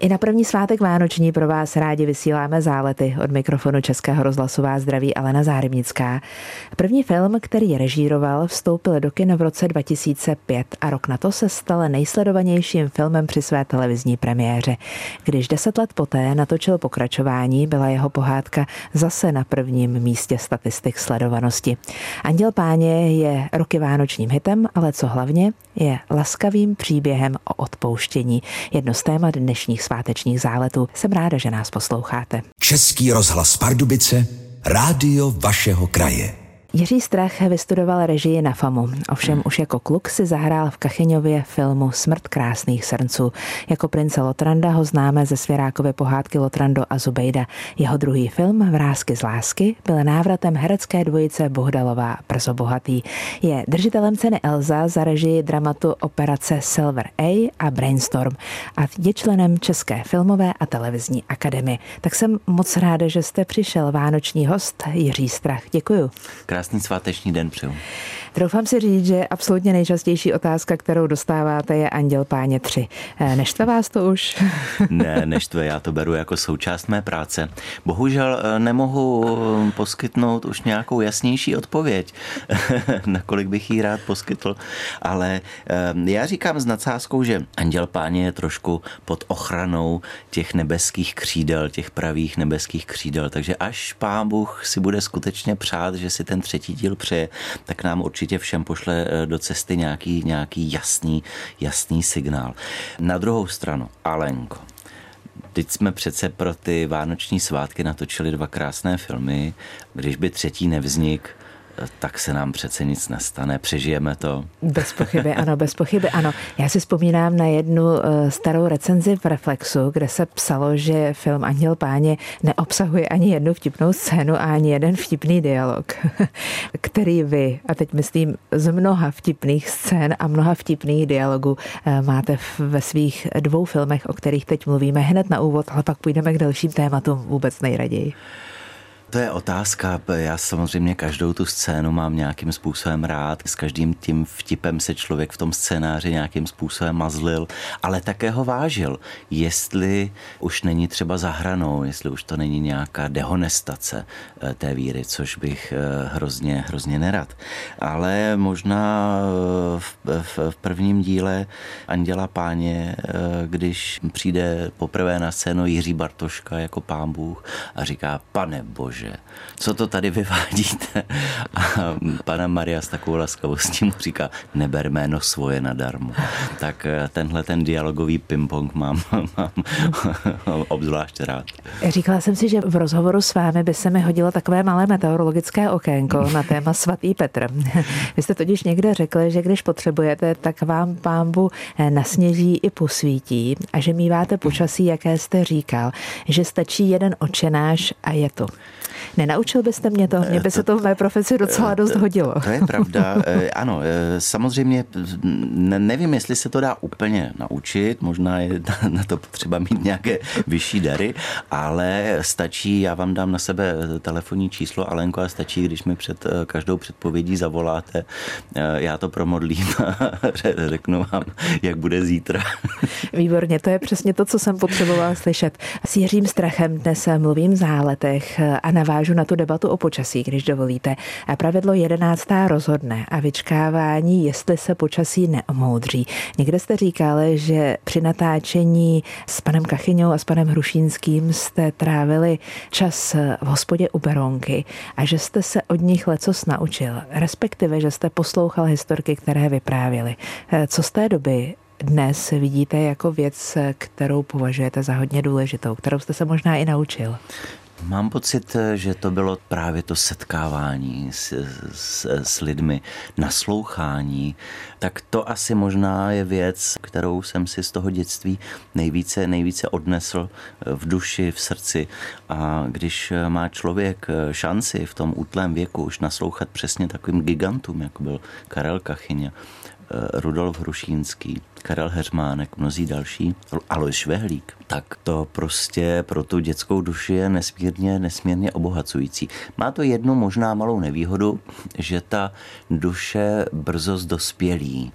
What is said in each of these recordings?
I na první svátek vánoční pro vás rádi vysíláme Zálety. Od mikrofonu Českého rozhlasu vás zdraví Alena Zárybnická. První film, který režíroval, vstoupil do kin v roce 2005 a rok na to se stal nejsledovanějším filmem při své televizní premiéře. Když 10 let poté natočil pokračování, byla jeho pohádka zase na prvním místě statistik sledovanosti. Anděl Páně je roky vánočním hitem, ale co hlavně je laskavým příběhem o odpouštění. Jedno z témat dnešních svátečních záletů. Jsem ráda, že nás posloucháte. Český rozhlas Pardubice, rádio vašeho kraje. Jiří Strach vystudoval režii na FAMu, ovšem už jako kluk si zahrál v Kachyňově filmu Smrt krásných srnců. Jako prince Lotranda ho známe ze Svěrákovy pohádky Lotrando a Zubejda. Jeho druhý film Vrásky z lásky byl návratem herecké dvojice Bohdalová Brzo bohatý. Je držitelem ceny Elza za režii dramatu Operace Silver a Brainstorm a je členem České filmové a televizní akademie. Tak jsem moc ráda, že jste přišel, vánoční host Jiří Strach. Děkuju. Krásný sváteční den přeju. Troufám si říct, že absolutně nejčastější otázka, kterou dostáváte, je Anděl Páně 3. Neštve vás to už? Ne, neštve, já to beru jako součást mé práce. Bohužel nemohu poskytnout už nějakou jasnější odpověď, nakolik bych jí rád poskytl, ale já říkám s nadsázkou, že Anděl Páně je trošku pod ochranou těch nebeských křídel, těch pravých nebeských křídel, takže až Pán Bůh si bude skutečně přát, že si ten třetí díl přeje, tak nám určitě všem pošle do cesty nějaký jasný signál. Na druhou stranu, Alenko, teď jsme přece pro ty vánoční svátky natočili 2 krásné filmy. Když by třetí nevznik, tak se nám přece nic nestane, přežijeme to. Bez pochyby ano. Já si vzpomínám na jednu starou recenzi v Reflexu, kde se psalo, že film Anděl Páně neobsahuje ani jednu vtipnou scénu a ani jeden vtipný dialog, který vy, a teď myslím z mnoha vtipných scén a mnoha vtipných dialogů, máte ve svých 2 filmech, o kterých teď mluvíme hned na úvod, ale pak půjdeme k dalším tématům vůbec nejraději. To je otázka. Já samozřejmě každou tu scénu mám nějakým způsobem rád. S každým tím vtipem se člověk v tom scénáři nějakým způsobem mazlil, ale také ho vážil. Jestli už není třeba za hranou, jestli už to není nějaká dehonestace té víry, což bych hrozně nerad. Ale možná v prvním díle Anděla Páně, když přijde poprvé na scénu Jiří Bartoška jako Pán Bůh a říká: Pane Bože, co to tady vyvádíte? A Panna Maria s takovou laskavostí mu říká: neber jméno svoje nadarmo. Tak tenhle ten dialogový ping-pong mám obzvlášť rád. Říkala jsem si, že v rozhovoru s vámi by se mi hodilo takové malé meteorologické okénko na téma svatý Petr. Vy jste totiž někde řekli, že když potřebujete, tak vám Pán Bůh nasněží i posvítí a že míváte počasí, jaké jste říkal, že stačí jeden otčenáš a je to. Nenaučil byste mě to? Mně by se to v mé profesi docela dost hodilo. To je pravda. Ano, samozřejmě nevím, jestli se to dá úplně naučit, možná je na to potřeba mít nějaké vyšší dary, ale stačí, já vám dám na sebe telefonní číslo, Alenko, a stačí, když mi před každou předpovědí zavoláte, já to promodlím a řeknu vám, jak bude zítra. Výborně, to je přesně to, co jsem potřebovala slyšet. S Jiřím Strachem dnes mluvím v Záletech a navážu na tu debatu o počasí, když dovolíte. A pravidlo 11. rozhodne a vyčkávání, jestli se počasí neomoudří. Někde jste říkali, že při natáčení s panem Kachyňou a s panem Hrušínským jste trávili čas v hospodě u Berounky a že jste se od nich lecos naučil, respektive, že jste poslouchal historky, které vyprávěli. Co z té doby dnes vidíte jako věc, kterou považujete za hodně důležitou, kterou jste se možná i naučil? Mám pocit, že to bylo právě to setkávání s lidmi, naslouchání. Tak to asi možná je věc, kterou jsem si z toho dětství nejvíce odnesl v duši, v srdci. A když má člověk šanci v tom útlém věku už naslouchat přesně takovým gigantům, jako byl Karel Kachyňa, Rudolf Hrušínský, Karel Heřmánek, mnozí další, Alojz Švehlík, tak to prostě pro tu dětskou duši je nesmírně obohacující. Má to jednu možná malou nevýhodu, že ta duše brzo zdospělí,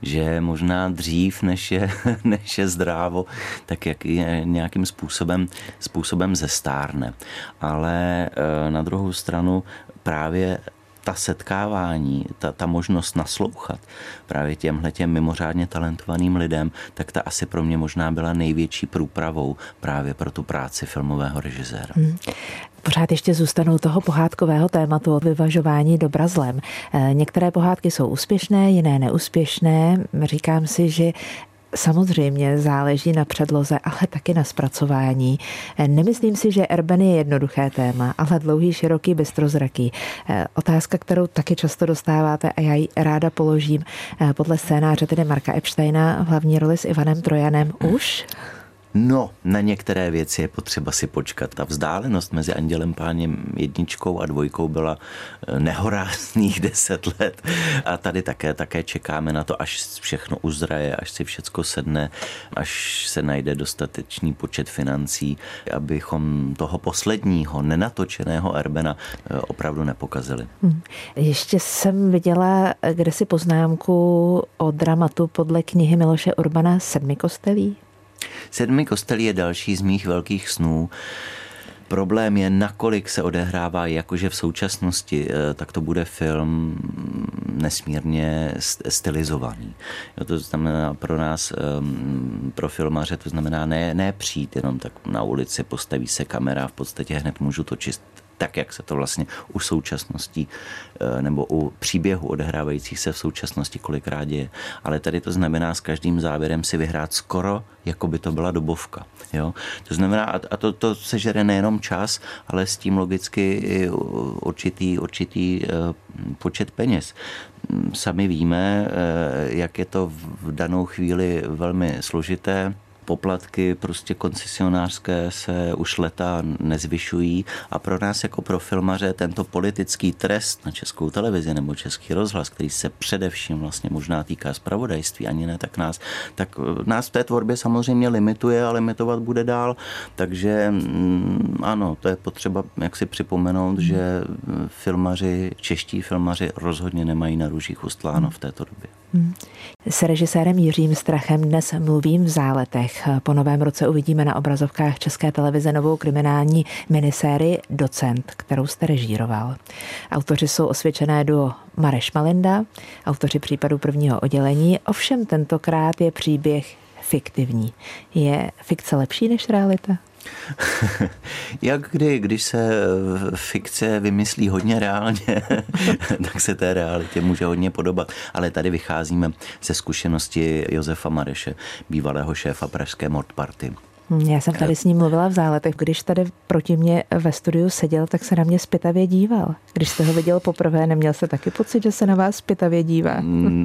že možná dřív, než je zdrávo, tak jak je nějakým způsobem zestárne. Ale na druhou stranu právě ta setkávání, ta možnost naslouchat právě těm mimořádně talentovaným lidem, tak ta asi pro mě možná byla největší průpravou právě pro tu práci filmového režiséra. Pořád ještě zůstanou toho pohádkového tématu o vyvažování dobra zlem. Některé pohádky jsou úspěšné, jiné neúspěšné. Říkám si, že samozřejmě záleží na předloze, ale taky na zpracování. Nemyslím si, že Erben je jednoduché téma, ale dlouhý, široký, bystrozraký. Otázka, kterou taky často dostáváte a já ji ráda položím. Podle scénáře tedy Marka Epsteina v hlavní roli s Ivanem Trojanem už? No, na některé věci je potřeba si počkat. Ta vzdálenost mezi Andělem Páněm 1 a 2 byla nehorázných 10 let. A tady také čekáme na to, až všechno uzraje, až si všecko sedne, až se najde dostatečný počet financí, abychom toho posledního, nenatočeného Erbena opravdu nepokazili. Ještě jsem viděla kdesi poznámku o dramatu podle knihy Miloše Urbana 7 kostelí. 7 kostelí je další z mých velkých snů. Problém je, nakolik se odehrává jakože v současnosti, tak to bude film nesmírně stylizovaný. To znamená pro nás, pro filmaře, to znamená ne přijít jenom tak na ulici, postaví se kamera, v podstatě hned můžu točit tak, jak se to vlastně u současnosti nebo u příběhu odehrávajících se v současnosti kolikrát děje. Ale tady to znamená s každým záběrem si vyhrát skoro, jako by to byla dobovka. Jo? To znamená, a to sežere nejenom čas, ale s tím logicky i určitý počet peněz. Sami víme, jak je to v danou chvíli velmi složité. Poplatky prostě koncesionářské se už leta nezvyšují a pro nás jako pro filmaře tento politický trest na Českou televizi nebo Český rozhlas, který se především vlastně možná týká zpravodajství, ani ne tak nás v té tvorbě samozřejmě limituje a limitovat bude dál, takže ano, to je potřeba jak si připomenout, že čeští filmaři rozhodně nemají na růžích ustláno v této době. S režisérem Jiřím Strachem dnes mluvím v Záletech. Po novém roce uvidíme na obrazovkách České televize novou kriminální minisérii Docent, kterou jste režíroval. Autoři jsou osvědčené duo Mareš Malinda, autoři případu prvního oddělení, ovšem tentokrát je příběh fiktivní. Je fikce lepší než realita? Když se fikce vymyslí hodně reálně, tak se té realitě může hodně podobat. Ale tady vycházíme ze zkušenosti Josefa Mareše, bývalého šéfa pražské Mordparty. Já jsem tady s ním mluvila v Záletech. Když tady proti mě ve studiu seděl, tak se na mě zpytavě díval. Když jste ho viděl poprvé, neměl jste taky pocit, že se na vás zpytavě dívá?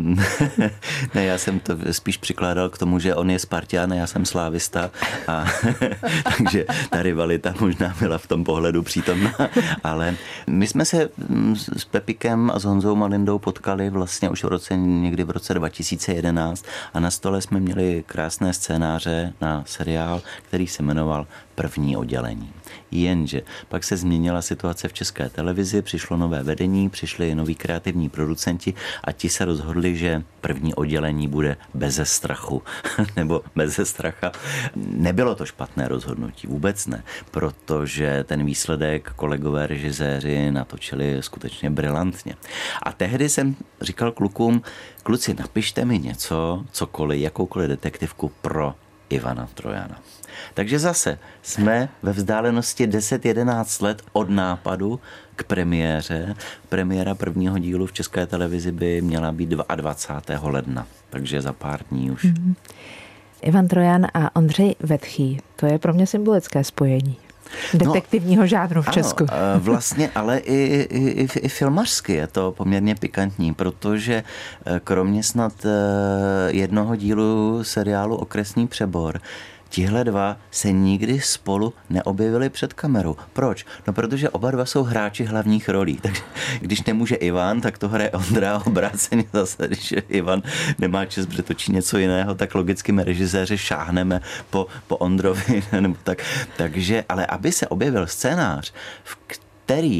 Ne, já jsem to spíš přikládal k tomu, že on je Spartan a já jsem slávista. Takže ta rivalita možná byla v tom pohledu přítomná. Ale my jsme se s Pepikem a s Honzou Malindou potkali vlastně už někdy v roce 2011 a na stole jsme měli krásné scénáře na seriál, který se jmenoval První oddělení. Jenže pak se změnila situace v České televizi, přišlo nové vedení, přišli noví kreativní producenti a ti se rozhodli, že První oddělení bude beze strachu nebo beze stracha. Nebylo to špatné rozhodnutí, vůbec ne, protože ten výsledek kolegové režiséři natočili skutečně brilantně. A tehdy jsem říkal klukům, kluci, napište mi něco, cokoliv, jakoukoliv detektivku pro Ivana Trojana. Takže zase jsme ve vzdálenosti 10-11 let od nápadu k premiéře. Premiéra prvního dílu v České televizi by měla být 22. ledna, takže za pár dní už. Ivan Trojan a Ondřej Vetchý, to je pro mě symbolické spojení detektivního žánru v Česku. Ano, vlastně, ale i filmařsky je to poměrně pikantní, protože kromě snad jednoho dílu seriálu Okresní přebor, tihle dva se nikdy spolu neobjevili před kamerou. Proč? No, protože oba dva jsou hráči hlavních rolí. Takže když nemůže Ivan, tak to hraje Ondra, obráceně zase, když Ivan nemá čas, protože točí něco jiného, tak logicky my režiséři šáhneme po Ondrovi. Nebo tak. Takže, ale aby se objevil scénář, který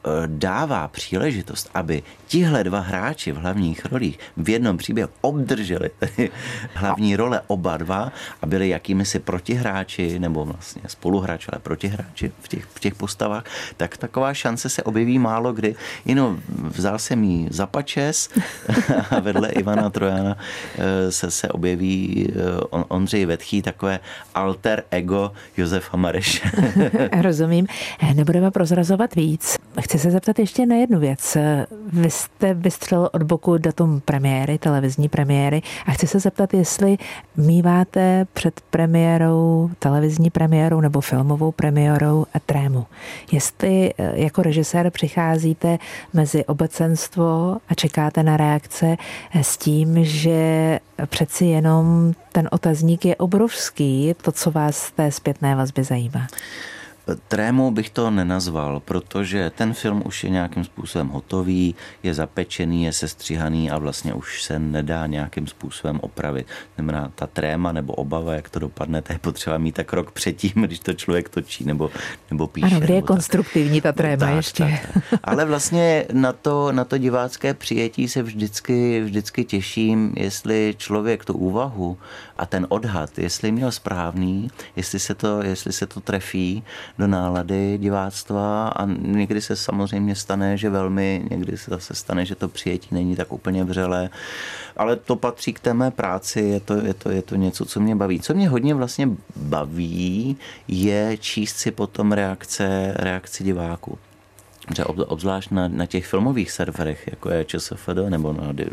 dává příležitost, aby tihle dva hráči v hlavních rolích v jednom příběhu obdrželi hlavní role oba dva a byli jakýmisi protihráči, nebo vlastně spoluhráči, ale protihráči v těch postavách, tak taková šance se objeví málo kdy. Jenom vzal jsem jí za pačes a vedle Ivana Trojana se objeví Ondřej Vetchý, takové alter ego Josefa Mareše. Rozumím. Nebudeme prozrazovat víc. Chci se zeptat ještě na jednu věc. Vy jste vystřelil od boku datum premiéry, televizní premiéry, a chci se zeptat, jestli míváte před premiérou, televizní premiérou nebo filmovou premiérou trému. Jestli jako režisér přicházíte mezi obecenstvo a čekáte na reakce s tím, že přeci jenom ten otazník je obrovský, to, co vás z té zpětné vazby zajímá. Trému bych to nenazval, protože ten film už je nějakým způsobem hotový, je zapečený, je sestříhaný a vlastně už se nedá nějakým způsobem opravit. Znamená, ta tréma nebo obava, jak to dopadne, to je potřeba mít tak rok předtím, když to člověk točí nebo píše. Ano, kdy je konstruktivní ta tréma ještě. Tak. Ale vlastně na to divácké přijetí se vždycky těším, jestli člověk tu úvahu a ten odhad, jestli měl správný, jestli se to trefí do nálady diváctva, a někdy se samozřejmě stane, že někdy se zase stane, že to přijetí není tak úplně vřelé, ale to patří k té mé práci, je to něco, co mě baví. Co mě hodně vlastně baví, je číst si potom reakci diváků. Obzvlášť na těch filmových serverech, jako je ČSFD, nebo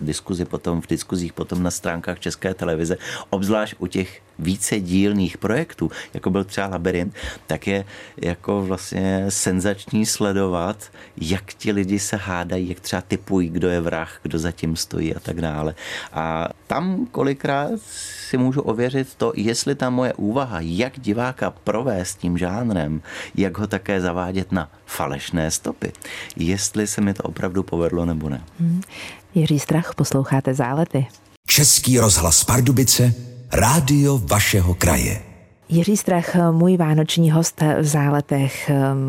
v diskuzích potom na stránkách České televize, obzvlášť u těch více dílných projektů, jako byl třeba Labyrint, tak je jako vlastně senzační sledovat, jak ti lidi se hádají, jak třeba tipují, kdo je vrah, kdo zatím stojí a tak dále. A tam kolikrát si můžu ověřit to, jestli ta moje úvaha, jak diváka provést tím žánrem, jak ho také zavádět na falešné stopy, jestli se mi to opravdu povedlo nebo ne. Jiří Strach, posloucháte Zálety. Český rozhlas Pardubice, rádio vašeho kraje. Jiří Strach, můj vánoční host v Záletech.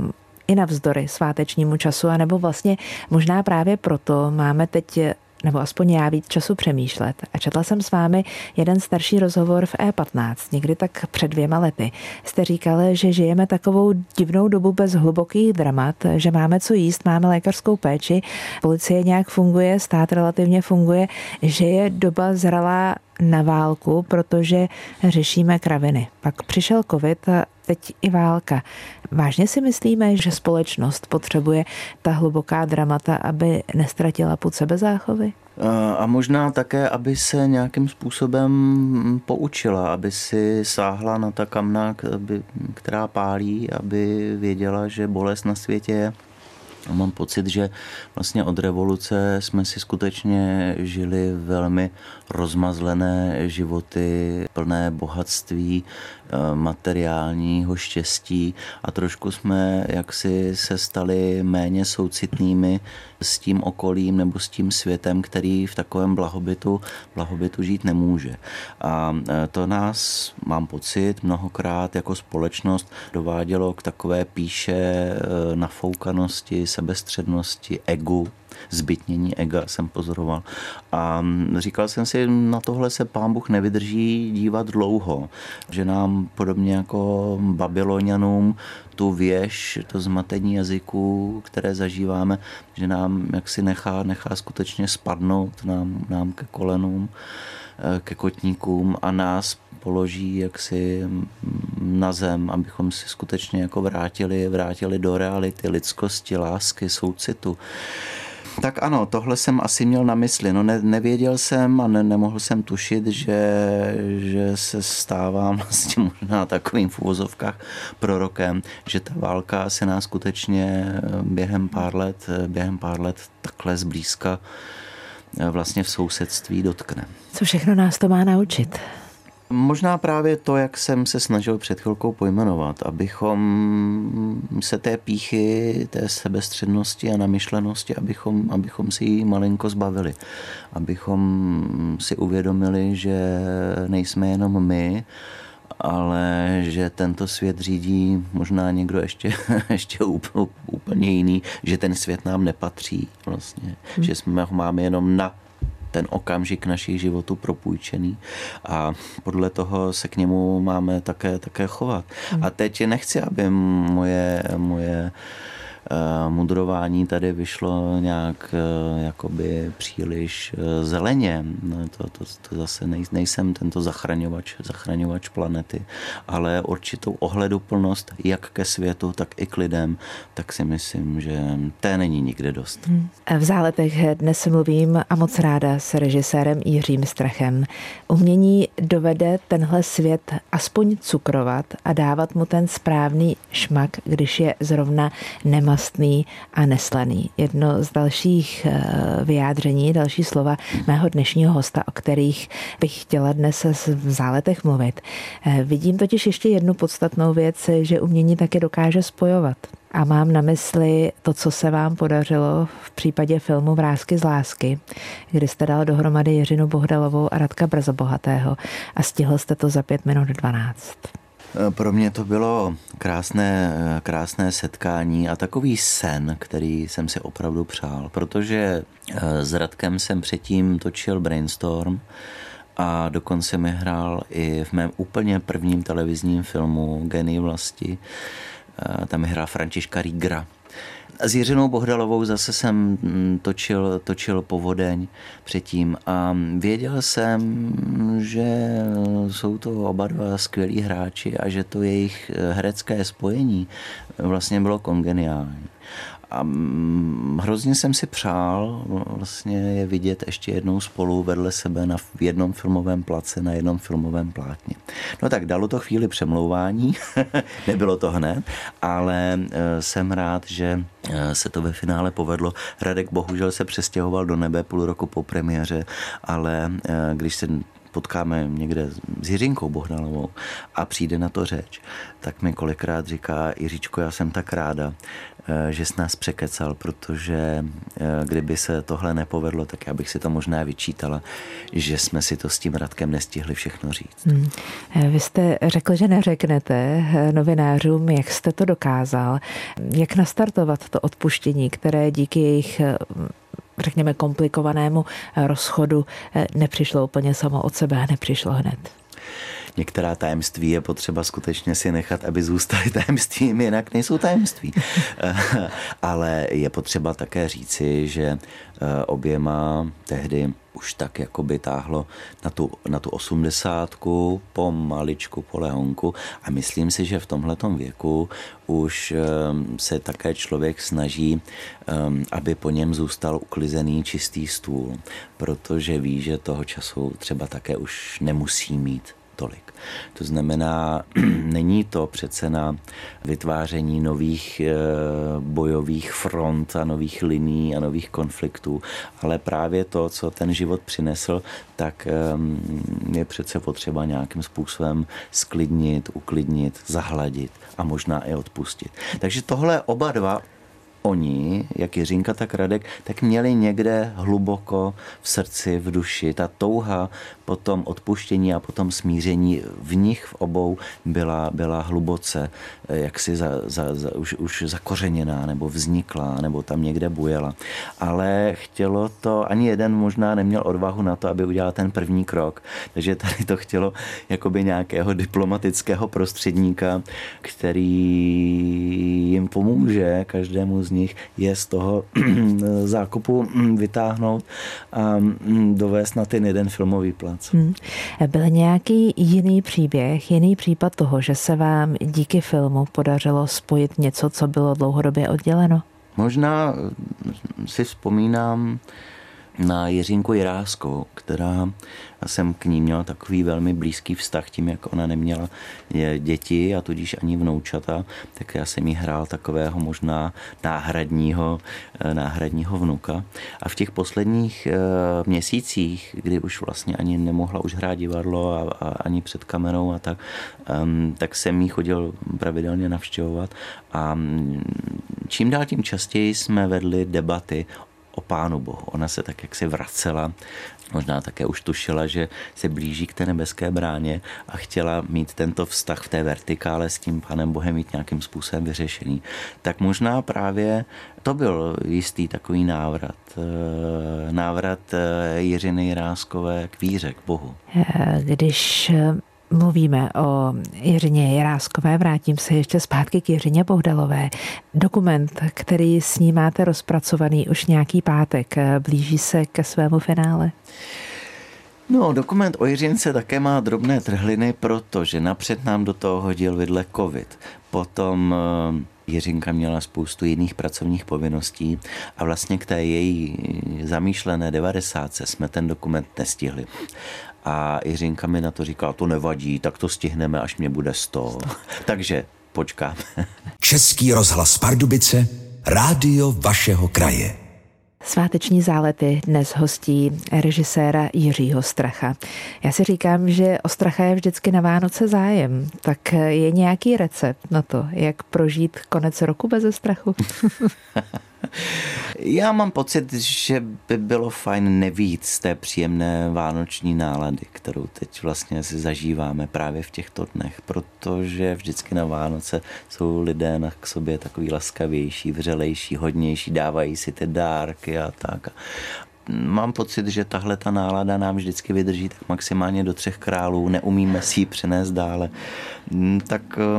I navzdory svátečnímu času, anebo vlastně možná právě proto máme teď, nebo aspoň já, víc času přemýšlet. A četla jsem s vámi jeden starší rozhovor v E15, někdy tak před 2 lety. Jste říkali, že žijeme takovou divnou dobu bez hlubokých dramat, že máme co jíst, máme lékařskou péči, policie nějak funguje, stát relativně funguje, že je doba zralá na válku, protože řešíme kraviny. Pak přišel covid a teď i válka. Vážně si myslíme, že společnost potřebuje ta hluboká dramata, aby nestratila pud sebezáchovy? A možná také, aby se nějakým způsobem poučila, aby si sáhla na ta kamna, která pálí, aby věděla, že bolest na světě je. A mám pocit, že vlastně od revoluce jsme si skutečně žili velmi rozmazlené životy, plné bohatství, materiálního štěstí, a trošku jsme jaksi se stali méně soucitnými s tím okolím nebo s tím světem, který v takovém blahobytu žít nemůže. A to nás, mám pocit, mnohokrát jako společnost dovádělo k takové píše nafoukanosti, sebestřednosti, egu, zbytnění ega jsem pozoroval. A říkal jsem si, na tohle se Pán Bůh nevydrží dívat dlouho, že nám podobně jako Babylonianům tu věž, to zmatení jazyků, které zažíváme, že nám jaksi nechá skutečně spadnout nám ke kolenům, ke kotníkům, a nás položí jaksi na zem, abychom si skutečně jako vrátili do reality, lidskosti, lásky, soucitu. Tak ano, tohle jsem asi měl na mysli. No nevěděl jsem a nemohl jsem tušit, že se stávám vlastně možná takovým v uvozovkách prorokem, že ta válka se nás skutečně během pár let takhle zblízka vlastně v sousedství dotkne. Co všechno nás to má naučit? Možná právě to, jak jsem se snažil před chvilkou pojmenovat, abychom se té pýchy, té sebestřednosti a namyšlenosti, abychom si ji malinko zbavili. Abychom si uvědomili, že nejsme jenom my, ale že tento svět řídí možná někdo ještě úplně jiný, že ten svět nám nepatří vlastně, že jsme ho máme jenom na ten okamžik našich životů propůjčený a podle toho se k němu máme také chovat. A teď nechci, aby moje mudrování tady vyšlo nějak jakoby příliš zeleně. To zase nejsem tento zachraňovač planety, ale určitou ohleduplnost jak ke světu, tak i k lidem, tak si myslím, že té není nikde dost. V Záletech dnes mluvím a moc ráda s režisérem Jiřím Strachem. Umění dovede tenhle svět aspoň cukrovat a dávat mu ten správný šmak, když je zrovna nemastný a neslaný. Jedno z dalších vyjádření, další slova mého dnešního hosta, o kterých bych chtěla dnes v Záletech mluvit. Vidím totiž ještě jednu podstatnou věc, že umění také dokáže spojovat. A mám na mysli to, co se vám podařilo v případě filmu Vrásky z lásky, kdy jste dal dohromady Jiřinu Bohdalovou a Radka Brzobohatého a stihl jste to za 5 minut 12. Pro mě to bylo krásné setkání a takový sen, který jsem si opravdu přál, protože s Radkem jsem předtím točil Brainstorm a dokonce mi hrál i v mém úplně prvním televizním filmu Genii vlasti. Tam mi hrál Františka Riegera. S Jiřinou Bohdalovou zase jsem točil Povodeň předtím a věděl jsem, že jsou to oba dva skvělí hráči a že to jejich herecké spojení vlastně bylo kongeniální. A hrozně jsem si přál vlastně je vidět ještě jednou spolu vedle sebe v jednom filmovém place, na jednom filmovém plátně. No tak dalo to chvíli přemlouvání, nebylo to hned, ale jsem rád, že se to ve finále povedlo. Radek bohužel se přestěhoval do nebe půl roku po premiéře, ale když se potkáme někde s Jiřinkou Bohdalovou a přijde na to řeč, tak mi kolikrát říká: Jiříčko, já jsem tak ráda, že jsi nás překecal, protože kdyby se tohle nepovedlo, tak já bych si to možná vyčítala, že jsme si to s tím Radkem nestihli všechno říct. Vy jste řekl, že neřeknete novinářům, jak jste to dokázal, jak nastartovat to odpuštění, které díky jejich řekněme komplikovanému rozchodu nepřišlo úplně samo od sebe, nepřišlo hned. Některá tajemství je potřeba skutečně si nechat, aby zůstaly tajemstvím, jinak nejsou tajemství. Ale je potřeba také říci, že oběma tehdy už tak jakoby táhlo na tu 80, pomaličku po lehonku a myslím si, že v tomhletom věku už se také člověk snaží, aby po něm zůstal uklizený čistý stůl, protože ví, že toho času třeba také už nemusí mít tolik. To znamená, není to přece na vytváření nových bojových front a nových linií a nových konfliktů, ale právě to, co ten život přinesl, tak je přece potřeba nějakým způsobem sklidnit, uklidnit, zahladit a možná i odpustit. Takže tohle oba dva oni, jak Jiřinka, tak Radek, tak měli někde hluboko v srdci, v duši. Ta touha po tom odpuštění a po tom smíření v nich v obou byla hluboce jaksi už zakořeněná nebo vznikla, nebo tam někde bujela. Ale chtělo to, ani jeden možná neměl odvahu na to, aby udělal ten první krok. Takže tady to chtělo jakoby nějakého diplomatického prostředníka, který jim pomůže, každému z nich je z toho zákupu vytáhnout a dovést na ten jeden filmový plac. Byl nějaký jiný příběh, jiný případ toho, že se vám díky filmu podařilo spojit něco, co bylo dlouhodobě odděleno? Možná si vzpomínám na Jiřinku Jiráskou, která jsem k ní měl takový velmi blízký vztah tím, jak ona neměla děti a tudíž ani vnoučata, tak já jsem jí hrál takového možná náhradního vnuka. A v těch posledních měsících, kdy už vlastně ani nemohla už hrát divadlo a ani před kamerou a tak jsem jí chodil pravidelně navštěvovat a čím dál tím častěji jsme vedli debaty o Pánu Bohu. Ona se tak jak si vracela, možná také už tušila, že se blíží k té nebeské bráně a chtěla mít tento vztah v té vertikále s tím Pánem Bohem mít nějakým způsobem vyřešený. Tak možná právě to byl jistý takový návrat Jiřiny Jiráskové k víře, k Bohu. Když mluvíme o Jiřině Jiráskové, vrátím se ještě zpátky k Jiřině Bohdalové. Dokument, který s ní máte rozpracovaný už nějaký pátek, blíží se ke svému finále? No, dokument o Jiřince také má drobné trhliny, protože napřed nám do toho hodil vidle covid. Potom Jiřinka měla spoustu jiných pracovních povinností a vlastně k té její zamýšlené 90 jsme ten dokument nestihli. A Jiřinka mi na to říkala, to nevadí, tak to stihneme, až mě bude 100. Takže počkáme. Český rozhlas Pardubice, rádio vašeho kraje. Sváteční zálety dnes hostí režiséra Jiřího Stracha. Já si říkám, že o Stracha je vždycky na Vánoce zájem. Tak je nějaký recept na to, jak prožít konec roku beze strachu? Já mám pocit, že by bylo fajn nevít z té příjemné vánoční nálady, kterou teď vlastně si zažíváme právě v těchto dnech, protože vždycky na Vánoce jsou lidé k sobě takový laskavější, vřelejší, hodnější, dávají si ty dárky a tak. Mám pocit, že tahle ta nálada nám vždycky vydrží tak maximálně do 3 králů, neumíme si ji přenést dále. Tak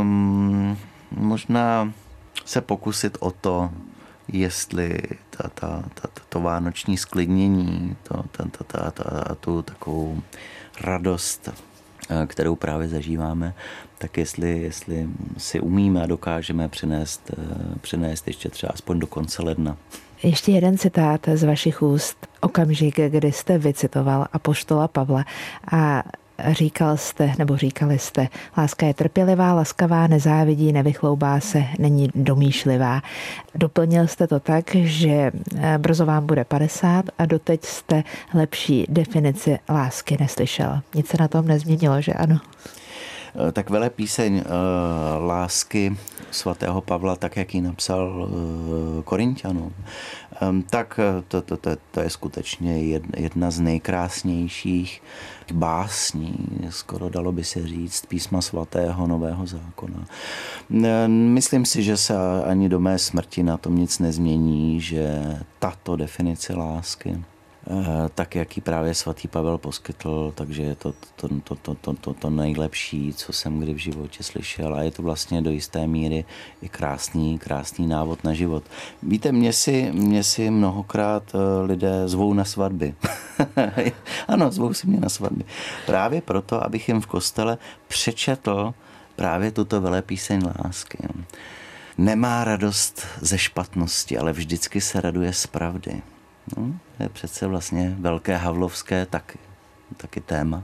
možná se pokusit o to, jestli to vánoční sklidnění, tu takovou radost, kterou právě zažíváme, tak jestli si umíme a dokážeme přenést ještě třeba aspoň do konce ledna. Ještě jeden citát z vašich úst, okamžik, kdy jste vycitoval apoštola Pavla a říkali jste, láska je trpělivá, laskavá, nezávidí, nevychloubá se, není domýšlivá. Doplnil jste to tak, že brzo vám bude 50 a doteď jste lepší definici lásky neslyšel. Nic se na tom nezměnilo, že ano? Tak velepíseň lásky svatého Pavla, tak jak ji napsal Korinťanům, tak to je skutečně jedna z nejkrásnějších básní, skoro dalo by se říct, písma svatého Nového zákona. Myslím si, že se ani do mé smrti na tom nic nezmění, že tato definice lásky, tak jak ji právě svatý Pavel poskytl, takže je to nejlepší, co jsem kdy v životě slyšel, a je to vlastně do jisté míry i krásný návod na život. Víte, mě si mnohokrát lidé zvou na svatby. Ano, zvou si mě na svatby. Právě proto, abych jim v kostele přečetl právě tuto velepíseň lásky. Nemá radost ze špatnosti, ale vždycky se raduje z pravdy. No, to je přece vlastně velké havlovské taky téma.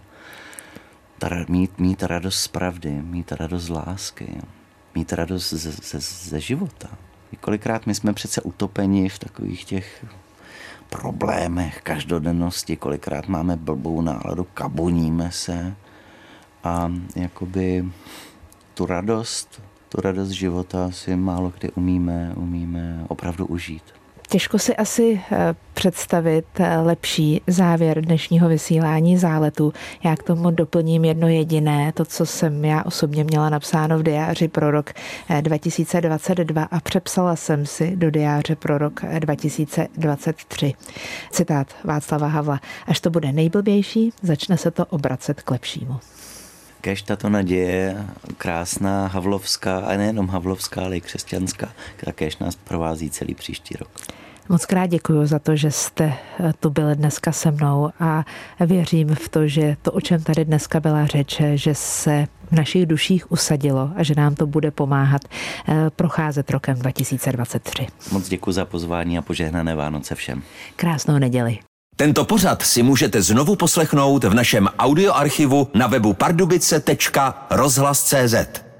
Mít radost z pravdy, mít radost z lásky, mít radost ze života. Kolikrát my jsme přece utopeni v takových těch problémech každodennosti, kolikrát máme blbou náladu, kaboníme se a jakoby tu radost života si málo kdy umíme opravdu užít. Těžko si asi představit lepší závěr dnešního vysílání záletu. Já k tomu doplním jedno jediné, to, co jsem já osobně měla napsáno v diáři pro rok 2022 a přepsala jsem si do diáře pro rok 2023. Citát Václava Havla. Až to bude nejblbější, začne se to obracet k lepšímu. Kéž tato naděje, krásná havlovská, a nejenom havlovská, ale i křesťanská, kéž nás provází celý příští rok. Moc krát děkuji za to, že jste tu byli dneska se mnou a věřím v to, že to, o čem tady dneska byla řeč, že se v našich duších usadilo a že nám to bude pomáhat procházet rokem 2023. Moc děkuji za pozvání a požehnané Vánoce všem. Krásnou neděli. Tento pořad si můžete znovu poslechnout v našem audioarchivu na webu pardubice.rozhlas.cz.